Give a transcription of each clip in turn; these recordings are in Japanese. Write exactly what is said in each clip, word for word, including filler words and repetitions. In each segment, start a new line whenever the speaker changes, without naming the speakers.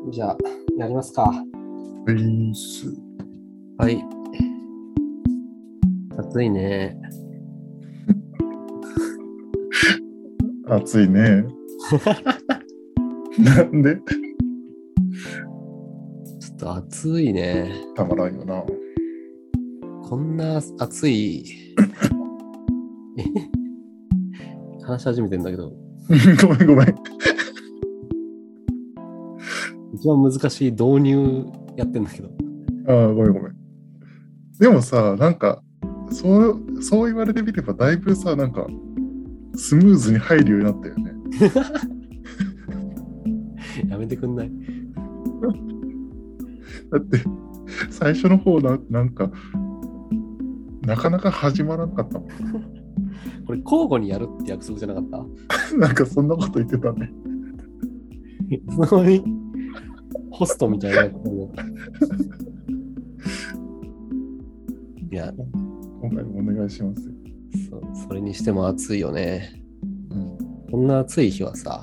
じゃあ、やりますか。
ういっす。
はい。暑いね。
暑いね。なんで
ちょっと暑いね。
たまらんよな。
こんな暑い。話し始めてんだけど、
ごめんごめん。
一番難しい導入やってんだけど。
ああ、ごめんごめん。でもさ、なんか、そう、そう言われてみれば、だいぶさ、なんか、スムーズに入るようになったよね。
やめてくんない？
だって、最初の方な、なんか、なかなか始まらなかったもん。
これ交互にやるって約束じゃなかった？
なんかそんなこと言ってたね。
そのにホストみたいなことを。いや、
今回もお願いします。
そ, それにしても暑いよね。
うん、
こんな暑い日はさ、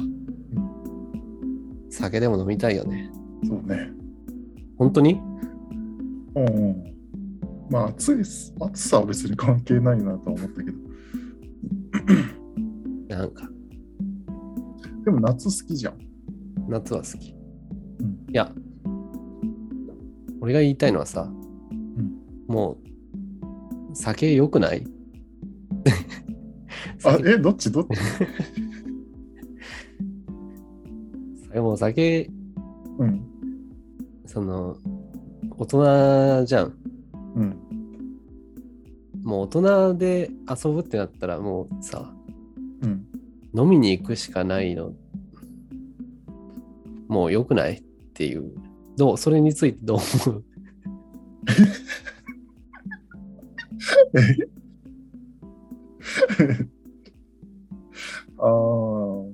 酒でも飲みたいよね。
そうね。
本当に？
うんうん。まあ、暑いっす。暑さは別に関係ないなとは思ったけど。
なんか、
でも夏好きじゃん。
夏は好き。
うん、
いや、俺が言いたいのはさ、
うん、も
もう、酒良くない？
あ、
酒
え、どっちどっち
もう酒、
うん。
その、大人じゃん。
うん。
もう大人で遊ぶってなったらもうさ、
うん。
飲みに行くしかないの。もう良くないっていう。どう、それについてどう思う？
ああ。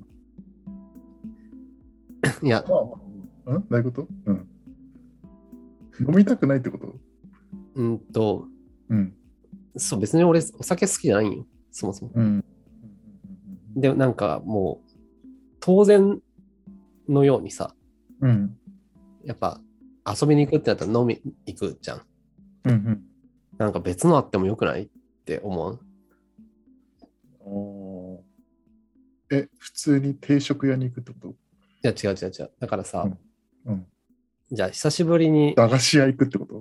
いや、
まあ、んどういうことうん。飲みたくないってこと
うんと、
うん。
そう、別に俺お酒好きじゃないんよ。そもそも。
うん。
で、なんかもう、当然のようにさ、
うん。
やっぱ遊びに行くってなったら飲み行くじゃん。
うん。
なんか別のあってもよくないって思う？
おえ、普通に定食屋に行くってこと
いや、違う違う違う。だからさ、
うん。うん。
じゃあ久しぶりに、
駄菓子屋行くってこと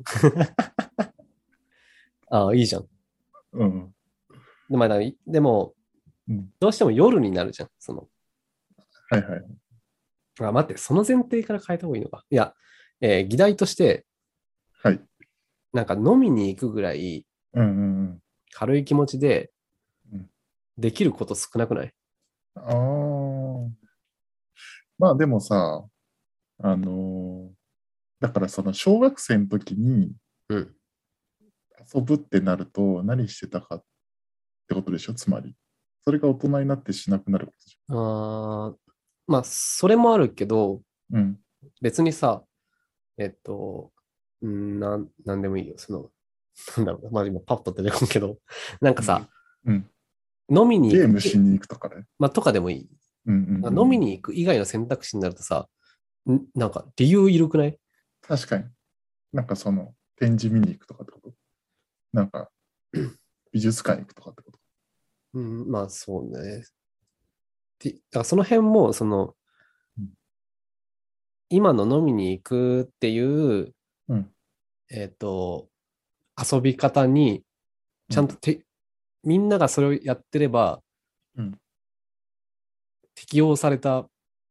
ああ、いいじゃん。
うん。
で、まあ、でも、
うん。
どうしても夜になるじゃん。その、
はいはい。
あ、待って、その前提から変えた方がいいのか。いや、えー議題として、
はい。
なんか飲みに行くぐらい
うんうん
軽い気持ちで
うん。
できること少なくない？
ああ。まあでもさ、あのーだからその小学生の時に
うん。
遊ぶってなると何してたかってことでしょ、つまり。それが大人になってしなくなることでし
あーまあ、それもあるけど、
ょ。うん。
別にさ、えっと、んなん、なんでもいいよ。その、なんだろう。まあ今パッと出てこんけど、なんかさ、
うん。
飲みに行く、
ゲームしに行くとかね。
まあとかでもいい。
うんうんうん。
飲みに行く以外の選択肢になるとさ、んなんか理由いるくない？
確かに。なんかその、展示見に行くとかってことなんか、美術館行くとかってこと
うん、まあそうね。でだからその辺も、その、
うん
今の飲みに行くっていう、
うん。
えっと、遊び方に、ちゃん
うん。
とて、みんながそれをやってれば、
うん。
適用された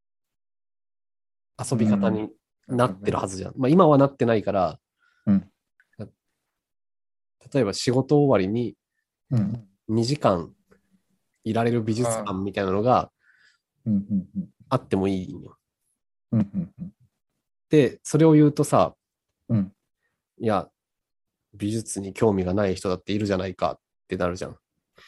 遊び方
うん。
になってる
なるほどね。
はずじゃん。まあ今はなってないから、
うん。
例えば仕事終わりに
うん。
にじかんいられる美術
ああ。
館みたいなのが
うんうんうん。
あってもいいんよ。
うんうんうん。
で、それを言うとさ、
うん。
いや、美術に興味がない人だっているじゃないかってなるじゃん。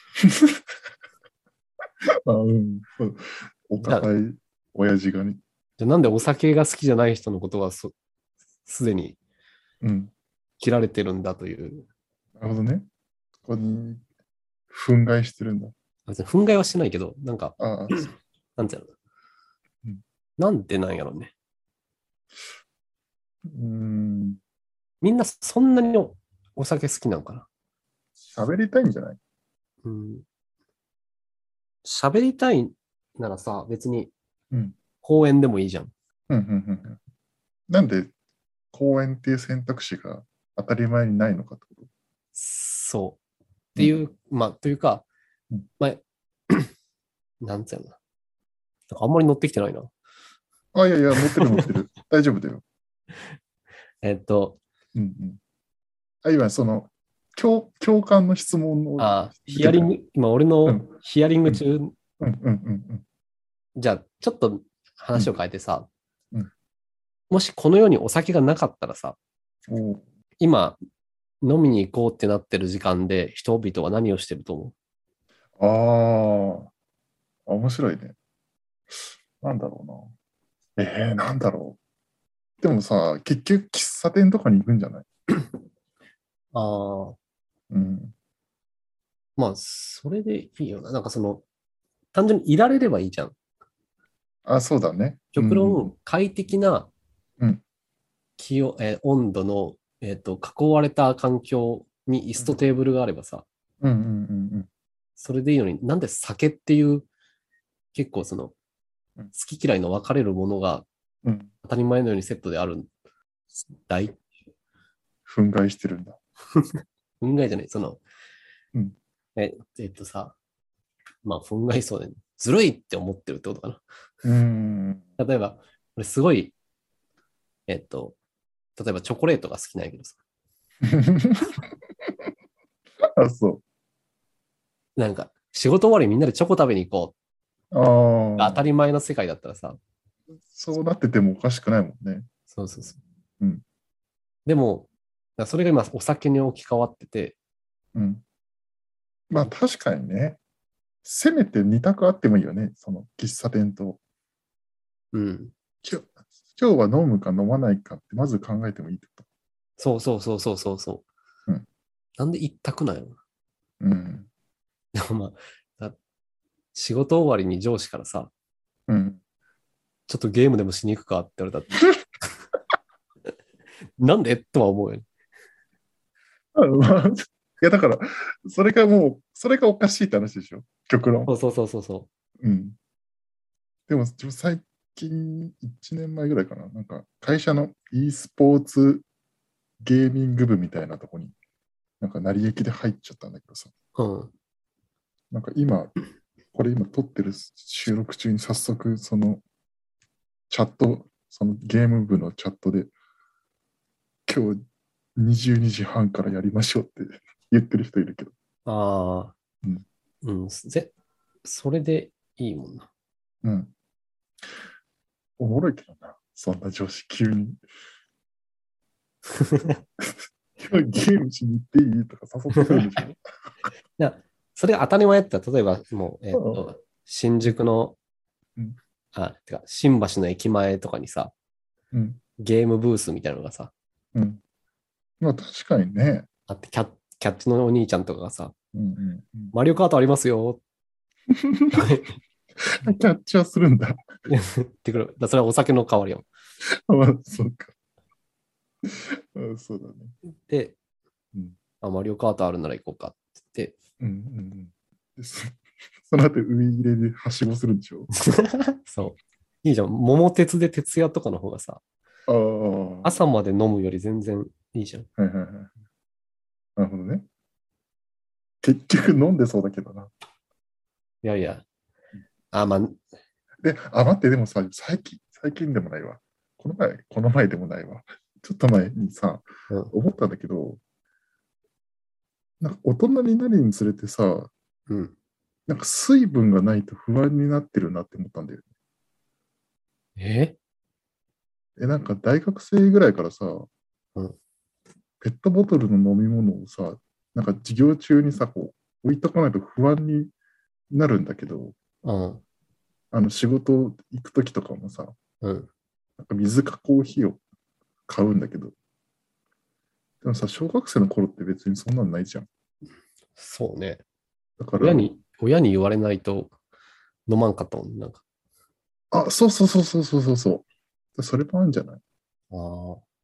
あ、うん。そうお
じゃあ、
堅い親父がね。
じゃあなんでお酒が好きじゃない人のことはそすでに
うん。
切られてるんだという。
なるほどね。ここに憤慨してるんだ。
別に憤慨はしてないけど、なんか、
ああ、そう。
なんていうの、
うん。
なんでなんやろうね。
うーん。
みんなそんなにお、お酒好きなのかな。
喋りたいんじゃない？
うん。喋りたいならさ、別に
うん。
公園でもいいじゃん。
うん、うん、うん。うん。なんで公園っていう選択肢が当たり前にないのかってこと？
そう。って
うん。
いう、まあ、というか、
うん。
まあ、なんつうのな。なんかあんまり乗ってきてないな。
あ、いやいや、乗ってる乗ってる。大丈夫だよ。
えっと、
うんうん。あ、今、その、共、共感の質問を
あ、
続けてる。
ヒアリング、今俺の
うん、
ヒアリン
うん、
グ中、
うん、うん、うん、
じゃあちょっと
うん、
話を変えてさ、
うん。
もしこの世にお酒がなかったらさ、
おー。
今飲みに行こうってなってる時間で人々は何をしてると思
ああ、面白いね。なんだろうな。えー、なんだろう。でもさ、結局喫茶店とかに行くんじゃない？
う？ああ、
うん。
まあ、それでいいよな。なんかその、単純にいられればいいじゃん。
あ、そうだね。うん、
極
うん、
論、快適な
うん。
気温、えー温度の、えっと、囲われた環境に椅
うん、
子とテーブルがあればさ、
うん、うん、うん。
それでいいのに、なんで酒っていう結構その、好
うん。
き嫌いの分かれるものが
うん。
当たり前のようにセットであるんだい。
憤慨してるんだ。
憤慨じゃない。その、
うん。
え、えっとさ、まあ、憤慨そうで、ずるいって思ってるってことか
うーん。
な。例えば、俺すごい、えっと、例えばチョコレートが好きなんやけどさ、
あ、そ
なんか、仕事終わりみんなでチョコ食べに行こ
う。
う。当た
ああ、
り前の世界だったらさ、
そうなっててもおかしくないもんね。
そうそうそう。
うん。
でも、それが今お酒に置き換わってて、
うん。まあ確かにね。せめて二択あってもいいよね。その喫茶店と。
うん。
今日、今日は飲むか飲まないかってまず考えてもいいってこ
そうそうそうそうそうそう。
と。うん。
なんで一択なんやろな。
うん。
でもまあ、仕事終わりに上司からさ、
うん。
ちょっとゲームでもしに行くかって言われたら、なんでとは思うよね。
あまあ、いやだから、それがもう、それがおかしいって話でしょ。極論。
そうそうそうそうそ
うん。でも、自分最近、いちねんまえぐらいかな。なんか、会社の e スポーツゲーミング部みたいなとこに、なんか、成り行きで入っちゃったんだけどさ。
う。うん。
なんか今、これ今撮ってる収録中に早速、その、チャット、そのゲーム部のチャットで、今日にじゅうにじはんからやりましょうって言ってる人いるけど。
ああ、
うん。
うん。ぜ、それでいいもんな。
うん。おもろいけどな。そんな上司急に。今日ゲームしに行っていいとか誘ってくるんでしょ。
いや、それが当たり前だったら、例えばもう、えっ
うん。
と、新宿の、
うん。
あ、てか、新橋の駅前とかにさ、
うん。
ゲームブースみたいなのがさ、
うん。まあ確かにね。
あって、キャッ、キャッチのお兄ちゃんとかがさ、
うんうんうん。
マリオカートありますよ
キャッチはするんだ。
言ってくる。だそれはお酒の代わりやん。
まあ、そうか。あ、そうだね。
で、
うん。
あ、マリオカートあるなら行こうかって
うんうんうん。でそその後、海入れではしごするんでしょ。
言って。そう。いいじゃん。桃鉄で徹夜とかの方がさ、
ああ。は
朝まで飲むより全然いいじゃん。い
いはいはい。なるほどね。結局飲んでそうだけどな。
やいや。あ、まあ、
で、あ、待って、でもさ、最近、最近でもないわ。この前、この前でもないわ。ちょっと前にさ、
うん。
思ったんだけど、なんか大人になるにつれてさ、
うん。
なんか水分がないと不安になってるなって思ったんだよね。
え
え、なんか大学生ぐらいからさ、
うん。
ペットボトルの飲み物をさ、なんか授業中にさ、こう、置いとかないと不安になるんだけど、
うん。
あの仕事行くときとかもさ、
うん。
なんか水かコーヒーを買うんだけど、でもさ、小学生の頃って別にそんなんないじゃん。
そうね。
だから、
親に、親に言われないと飲まんかったもん。なんか。
あ、そうそうそうそうそうそうそう。それもあるんじゃない？
ああ。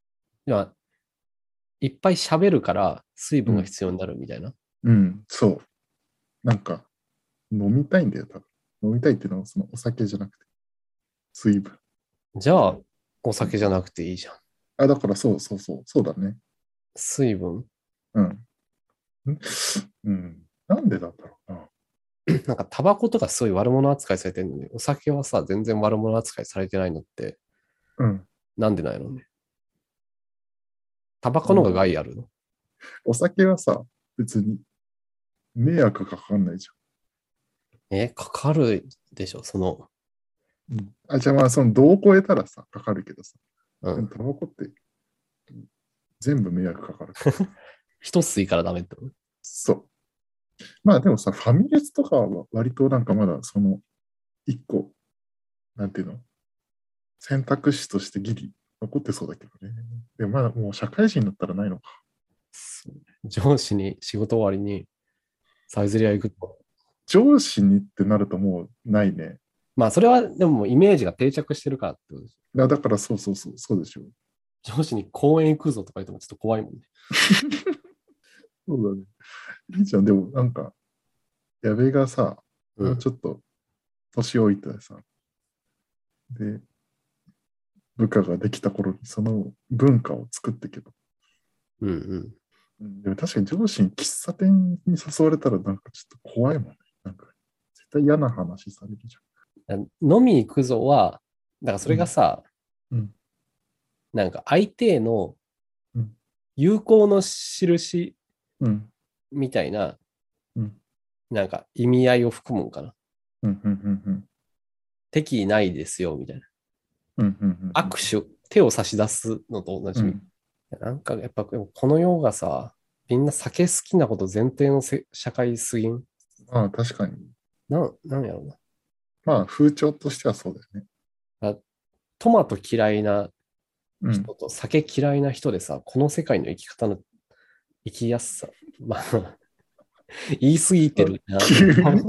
いや、いっぱい喋るから水分が
うん。
必要になるみたいな。
うん、そう。なんか、飲みたいんだよ、多分。飲みたいっていうのは、そのお酒じゃなくて、水分。
じゃあ、お
うん。
酒じゃなくていいじゃん。
あ、だからそうそうそう、そうだね。
水分。
うん。んうん。なんでなんだろうな。
なんかタバコとかすごい悪者扱いされてるのに、お酒はさ、全然悪者扱いされてないのって、
うん。
なんでないのね。タバコの方が
なんだろう。
害あるの？
お酒はさ、別に迷惑かかんないじ
え、かかるでしょ、その、
ゃん。うん。あ、じゃあまあ、その度を超えたらさ、かかるけどさ。でも
うん。
タバコって全部迷惑かかるからさ。
一吸いからダメってこと？
そう。まあでもさ、ファミレスとかは割となんかまだその一個、なんていうの、選択肢としてギリ残ってそうだけどね。でもまだもう社会人だったらないのか。
上司に仕事終わりにサイゼリア行くと。
上司にってなるともうないね。
まあ、それはでももうイメージが定着してるからってことです。
だだからそうそうそう、そうでしょう。
上司に公園行くぞとか言ってもちょっと怖いもんね。
そうだね。いいじゃん。でもなんか、矢部がさ、もう
うん。
ちょっと年老いてさ、で、部下ができた頃にその文化を作ってけど。
うんうん。
うん、でも確かに上司に喫茶店に誘われたらなんかちょっと怖いもんね。なんか、絶対嫌な話されるじ
飲みに行くぞは、だからそ
ゃん。うん。
れがさ、
うん。
なんか相手への
うん。
友好の印
うん。
みたいな、
うん。
なんか意味合いを含むんかな。
うん。うん。うん。
敵意ないですよ、みたいな。
うん。うん。
握手、手を差し出すのと同じみ。
うん。
なんかやっぱこの世がさ、みんな酒好きなこと前提のせ社会すぎん。
まあ確かに。
なん、なんやろうな。
まあ風潮としてはそうだよね。
あトマト嫌いな
うん。
人と酒嫌いな人でさ、この世界の生き方の生きやすさ。まあ、言い過ぎて
あ、
るな。い
急に。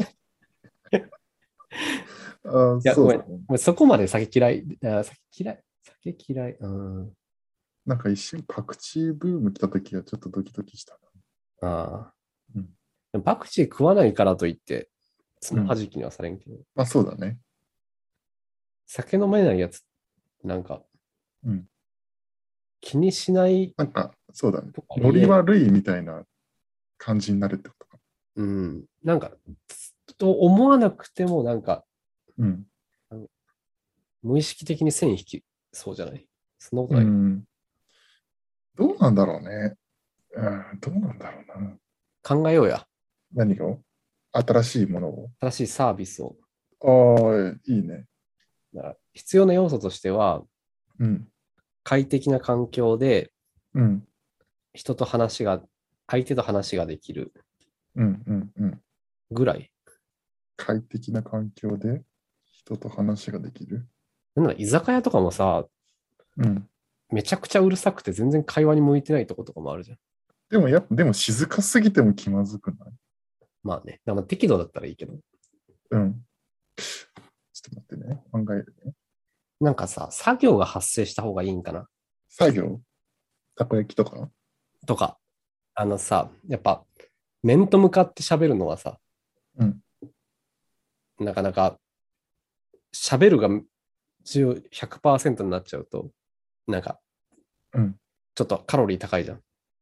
あ、
や、ごめん。
そうだね。
ごめんそこまで酒嫌い。あ酒嫌い。酒嫌い。うん。
なんか一瞬パクチーブーム来た時はちょっとドキドキした
ああ。
な。うん。
でもパクチー食わないからといって、つ
うん。
まはじきにはされんけど、
まあそうだね。
酒飲めないやつ、なんか
うん。
気にしない
なんか、そうだね。
とか
ノリ
言え、
悪いみたいな感じになるってことか。
うん。なんか、と思わなくても、なんか、
うん。
無意識的に線引きそうじゃない？そんなこと
う
ない？
ん。どうなんだろうね。うん。どうなんだろうな。
考えようや。
何を新しいものを。
新しいサービスを。
ああ、いいね。
だから必要な要素としては、
うん。
快適な環境で
うん。
人と話が、相手と話ができる
うん。うん。うん。
ぐらい。
快適な環境で人と話ができる。
なんだ、居酒屋とかもさ、
うん。
めちゃくちゃうるさくて全然会話に向いてないとことかもあるじゃん。
でもやっぱ、でも静かすぎても気まずくない？
まあね。だからまあ適度だったらいいけど。
うん。ちょっと待ってね。考えるね。
なんかさ、作業が発生した方がいいんかな
作業たこ焼きとか
とか、あのさ、やっぱ、面と向かって喋るのはさ、
うん。
なかなか喋るがじゅう ひゃくパーセントになっちゃうと、なんか、
うん。
ちょっとカロリー高いじゃん。い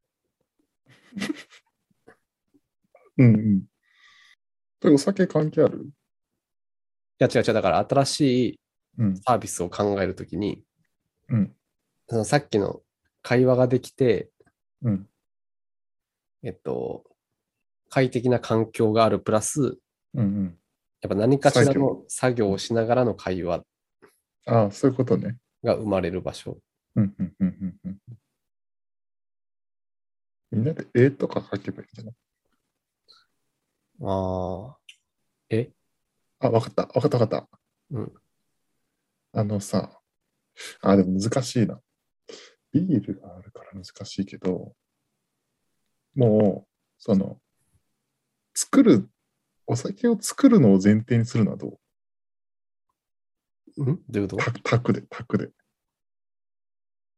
うんうん。これお酒関係ある？
や、違う違う。だから新しい
うん。
サービスを考えるときに、
うん。
そのさっきの会話ができて、
うん。
えっと、快適な環境があるプラス、
うん。うん。
やっぱ何かし
作業。
らの作業をしながらの会話
ああ、そういうことね。
が生まれる場所。
うん。うん。うん。うん。うん。みんなで絵とか描けばいいんじゃない？
ああ、え
あ、わかった。わかったわかった。
うん。
あのさ、あ、でも難しいな。ビールがあるから難しいけど、もう、その、作る、お酒を作るのを前提にするのはどう？
んどういうこと？
タタクで、タクで。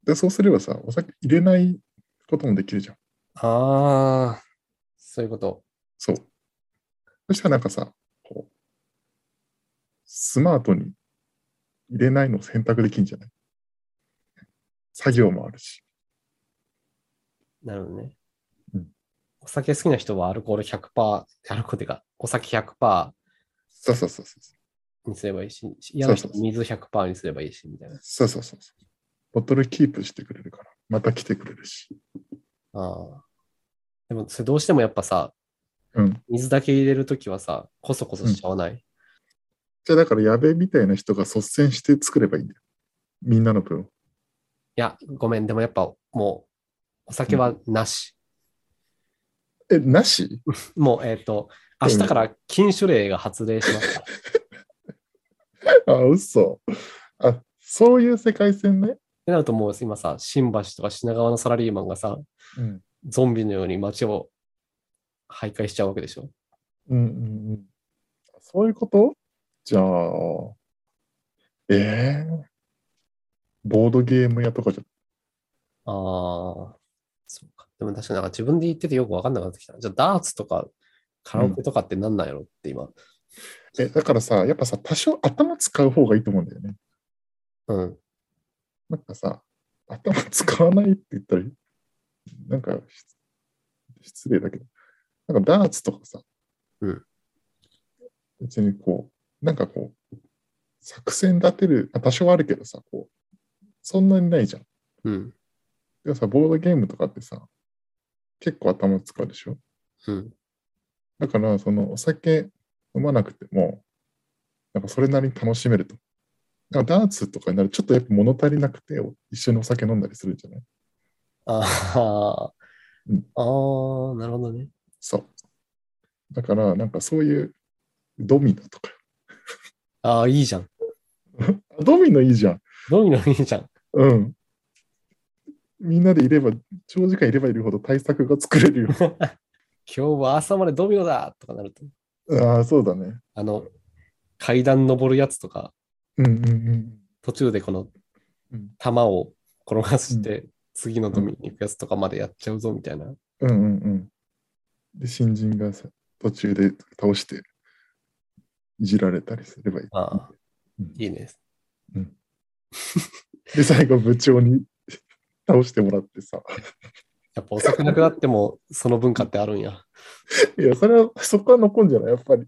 で、そうすればさ、お酒入れないこともできるじゃん。
ああ、そういうこと。
そう。そしたらなんかさ、こう、スマートに入れないのを選択できるんじゃない？作業もあるし。
なるほどね。
うん。
お酒好きな人はアルコールひゃくパーセント、アルコールっていうか、お酒ひゃくパ
そうそうそうそう。
ーセントにすればいいし、嫌な人は
そうそうそう。
水ひゃくパーセントにすればいいし、みたいな。
そうそうそうそう。ボトルキープしてくれるから、また来てくれるし。
ああ。でも、それどうしてもやっぱさ、
うん。
水だけ入れるときはさ、コソコソ
うん。
しちゃわない？い
じゃあだから矢部みたいな人が率先して作ればいいんだよ。みんなの分を。
や、ごめん。でもやっぱもう、お酒
うん。
はなし。
え、なし？
もう、えっと、明
うん。
日から禁酒令が発令しました。っ
あ、嘘。あ、そういう世界線ね。
てなるともう今さ、新橋とか品川のサラリーマンがさ、
うん。
ゾンビのように街を徘徊しちゃうわけでしょ。
うんうんうん。そういうこと？じゃあ、ええボードゲーム屋とかじゃ、
ああ、そうか。でも確かになんか自分で言っててよくわかんなくなってきた。じゃあ、ダーツとかカラオケ
うん。
とかってなんなんやろって今。
え、だからさ、やっぱさ、多少頭使う方がいいと思うんだよね。
うん。
なんかさ、頭使わないって言ったら、なんか失礼だけど、なんかダーツとかさ、
うん。
別にこう、なんかこう、作戦立てる、あ多少あるけどさ、こう、そんなにないじゃん。
うん。
でもさ、ボードゲームとかってさ、結構頭使うでしょ？
うん。
だから、そのお酒飲まなくても、なんかそれなりに楽しめると。なんかダーツとかになるとちょっとやっぱ物足りなくて、一緒にお酒飲んだりするんじゃない？
あ
うん、
あ、ああ、なるほどね。
そう。だから、なんかそういうドミノとか。
ああ、いいじゃん。
ドミノいいじゃん。
ドミノいいじゃん。
うん。みんなでいれば、長時間いればいるほど対策が作れるよ。
今日は朝までドミノだとかなると、
ああ、そうだね。
あの、階段登るやつとか、
うんうんうん
途中でこの
うん
玉を転が
うん
して、次のドミノに行くやつとかまでやっちゃうぞみたいな。
うんうんうん。で、新人がさ、途中で倒していじられたりすればいい。
ああ、
うん
いいね。
うん、で、最後部長に倒してもらってさ。
やっぱお酒なくなってもその文化ってあるんや。
いや、それは、そこは残んじゃないやっぱり。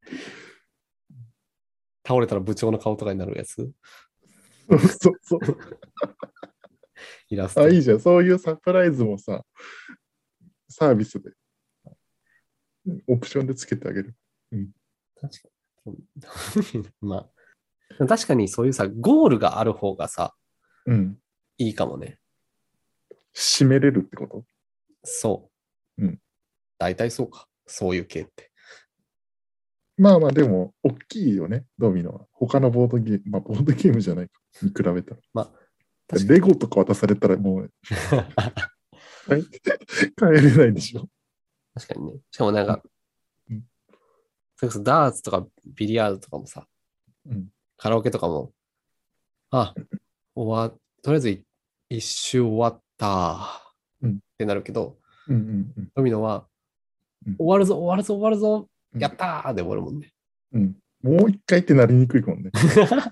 倒れたら部長の顔とかになるやつ。
そうそうそう。あ、
イラスト。
いいじゃん。そういうサプライズもさ、サービスで、オプションでつけてあげる。うん。
確かに。まあ、確かにそういうさ、ゴールがある方がさ、
うん。
いいかもね。
締めれるってこと？
そう。
うん。
大体そうか。そういう系って。
まあまあ、でも、大きいよね、ドミノは。他のボードゲーム、まあ、ボードゲームじゃないか、に比べたら。
まあ、確かに。
レゴとか渡されたらもう、はい帰れないでしょ。
確かにね。しかもなんか、
うん。
それこそダーツとかビリヤードとかもさ、
うん。
カラオケとかも、あ、終わ、とりあえずい一周終わった
うん。
ってなるけど、
うん。うん。
ドミノは、
うん。
終わるぞ、終わるぞ、終わるぞ、
うん。
やったーで終わるもんね。
うん。もう一回ってなりにくいもんね。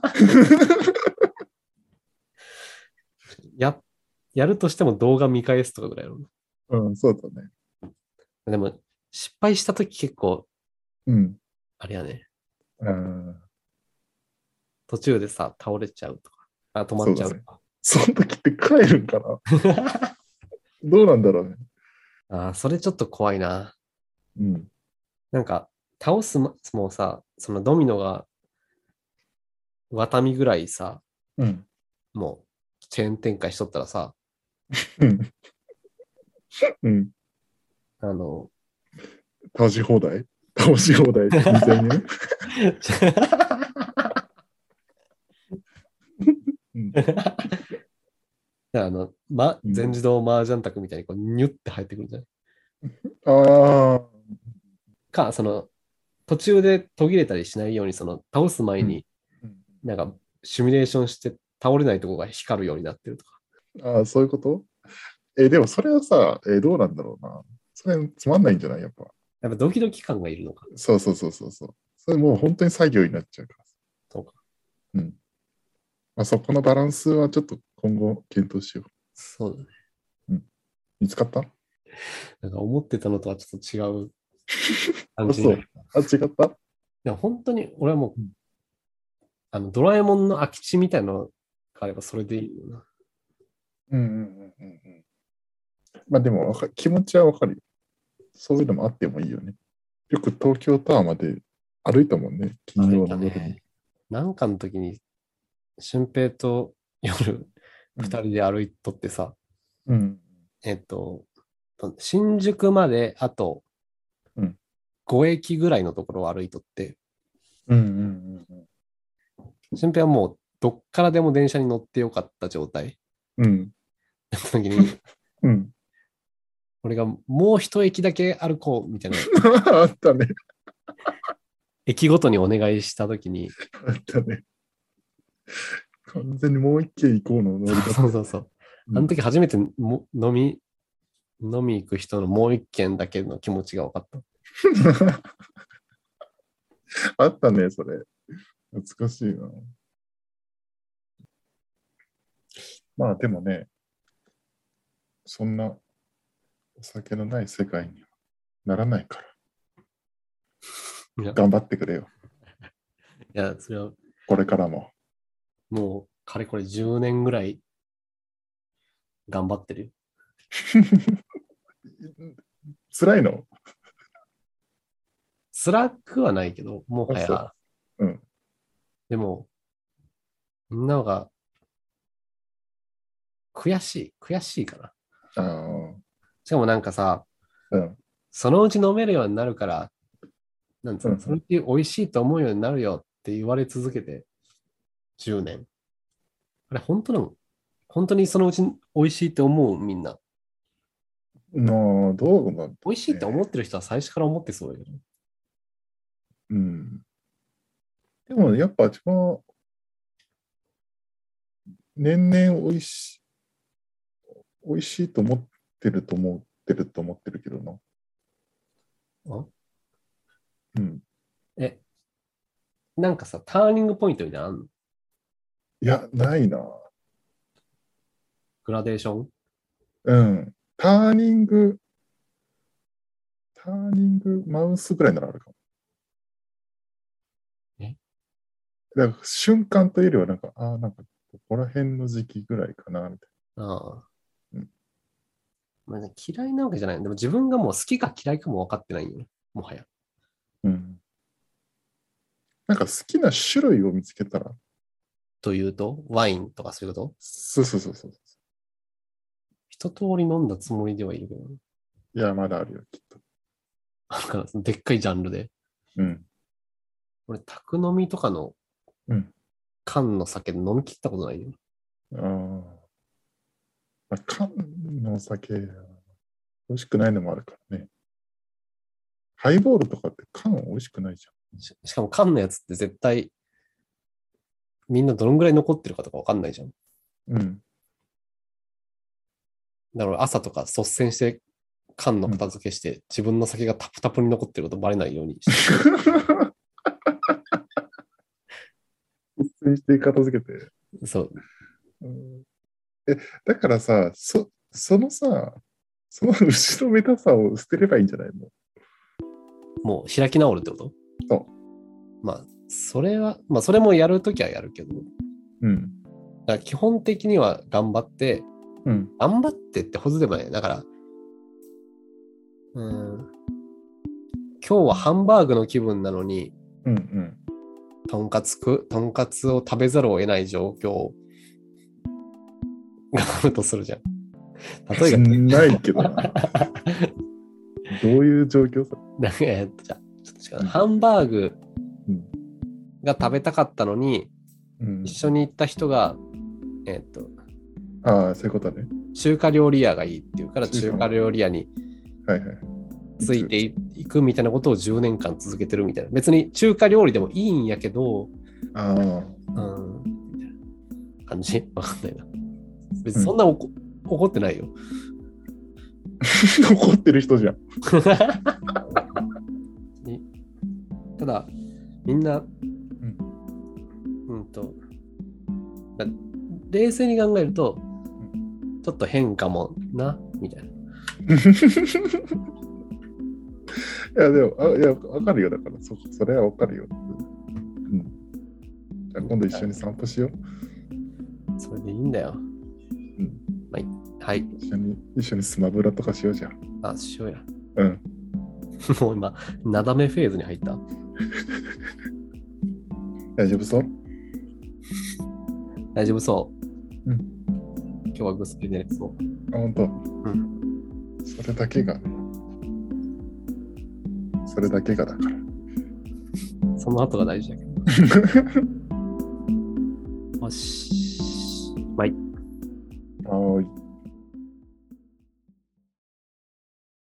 や、やるとしても動画見返すとかぐらいやろ
うん、そうだね。
う。でも、失敗したとき結構、
うん。
あれやね、
ああ、
途中でさ、倒れちゃうとか、あ、止まっ
そうだね。
ちゃうとか。
その時って帰るんかな？どうなんだろうね。
あー、それちょっと怖いな。
うん。
なんか、倒すももさ、そのドミノがワタミぐらいさ、
うん。
もうチェーン展開しとったらさ、
うん。うん。
あの、
倒し放題倒し放題にせんえんうん。
あの、ま、
うん。
全自動麻雀卓みたいにこうニュッて入ってくるんじゃない
ああ、
か、その、途中で途切れたりしないように、その、倒す前
うん。
に、なんか、シミュレーションして倒れないとこが光るようになってるとか。
ああ、そういうこと？え、でもそれはさ、え、どうなんだろうな。それつまんないんじゃないやっぱ。
やっぱドキドキ感がいるのか。
そうそうそうそうそう。それもう本当に作業になっちゃうから。
そうか。
うん。まあ、そこのバランスはちょっと今後検討しよ
そうだね。
う。うん。見つかった？
なんか思ってたのとはちょっと違う感
あ、そう。
じになる。
あ、違った？
でも本当に俺はもう、
うん
あの、ドラえもんの空き地みたいなのがあればそれでいいよな。
うんうんうんうんうん。まあでもわか、気持ちはわかるよ。そういうのもあってもいいよね。よく東京タワーまで歩いたもんね。金
歩い
曜の夜に。
たね。なんかの時に、俊平と夜二人で歩いとってさ、
うん。
えっと、新宿まであと
うん。
ご駅ぐらいのところを歩いとって、
うんうんうん
俊平はもうどっからでも電車に乗ってよかった状態
うん。うん。
だった時に、
うん。
俺がもう一駅だけ歩こうみたいな、
あったね。
駅ごとにお願いした時に、
あったね。完全にもう一軒行こうの乗りだった。
そうそうそう。あの時初めても飲み、飲み行く人のもう一軒だけの気持ちが分かった。
あったね、それ。懐かしいな。まあでもね、そんなお酒のない世界にはならないから。
いや、
頑張ってくれよ。
いやそれは
これからも。
もう、かれこれじゅうねんぐらい頑張ってるよ。
辛いの？
辛くはないけど、もは
あ、そ
や、
う。うん。
でも、みんなが悔しい、悔しいかな。
ああ。
しかもなんかさ、
うん。
そのうち飲めるようになるから、なんつうの、その
うん。
うち美味しいと思うようになるよって言われ続けてじゅうねん。あれ、本当なの？本当にそのうち美味しいって思うみんな。
なあ、どうなんだ
美味しいって思
ね。
ってる人は最初から思ってそうよね。
うん。でもやっぱ自分は年々美味しい、美味しいと思ってると思ってると思ってるけどな。
あ
うん。
え、なんかさ、ターニングポイントみたいなのあんの？
いや、ないな。
グラデーション？
うん。ターニング、ターニングマウスぐらいならあるかも。
え
だから瞬間というよりは、なんか、ああ、なんか、ここら辺の時期ぐらいかな、みたい
ああ。
な。うん。
まあね、嫌いなわけじゃない。でも自分がもう好きか嫌いかも分かってないよね。もはや。
うん、なんか好きな種類を見つけたら、
というと、ワインとかそういうこと？
そうそうそうそう。
一通り飲んだつもりではいるけど、ね、
いや、まだあるよ、きっと。
あるから、そのでっかいジャンルで。
うん。
俺、宅飲みとかの
うん。
缶の酒で飲み切ったことないよ。
ああ。まあ、缶のお酒、美味しくないのもあるからね。ハイボールとかって缶美味しくないじ
ししかも缶のやつって絶対、みんなどのぐらい残ってるかとか分かんないじゃん。
ゃん。うん。
だから朝とか率先して缶の片付けして、自分の酒がタプタプに残ってることバレないようにして。
率先して片付けて。
そう。
うん、え、だからさ、そ、そのさ、その後ろめたさを捨てればいいんじゃないの？
もう開き直るってこと？
そう。
まあ、それは、まあ、それもやるときはやるけど、
うん。
だから基本的には頑張って、
うん。
頑張ってってほどでもない。だから、うん、今日はハンバーグの気分なのに、
うんうん。
とんかつく、とんかつを食べざるを得ない状況があるとするじゃん。例えば、
ないけどな。どういう状況さ。
なんかえっとじゃあちょっと違うな、ハンバーグ
うん
が食べたかったのに、
うん、
一緒に行った人が、えっと、
ああ、そういうことね。
中華料理屋がいいっていうから中華料理屋に
はいはい。
ついていくみたいなことをじゅうねんかん続けてるみたいな。別に中華料理でもいいんやけど、
ああ。
うん、みたいな感じわかんないな。 別にそんな怒、怒ってないよ。
怒ってる人じゃん。
にただ、みんな、
うん
うんと、だ冷静に考えると、ちょっと変かもな、みたいな。
いや、でも、あいや、わかるよ。だから、そ、それはわかるよ。うん。じゃあ、今度一緒に散歩しよう。
それでいいんだよ。
うん。
はい。はい。
一緒に、一緒にスマブラとかしようじゃん。
あ、しようや。
うん。
もう今、なだめフェーズに入った。
大丈夫そう？
大丈夫そう。
うん。
今日はぐっすり寝れそう。
あ、ほんと。
うん。
それだけが、それだけがだから。
その後が大事だけど。よし。はい。
はーい。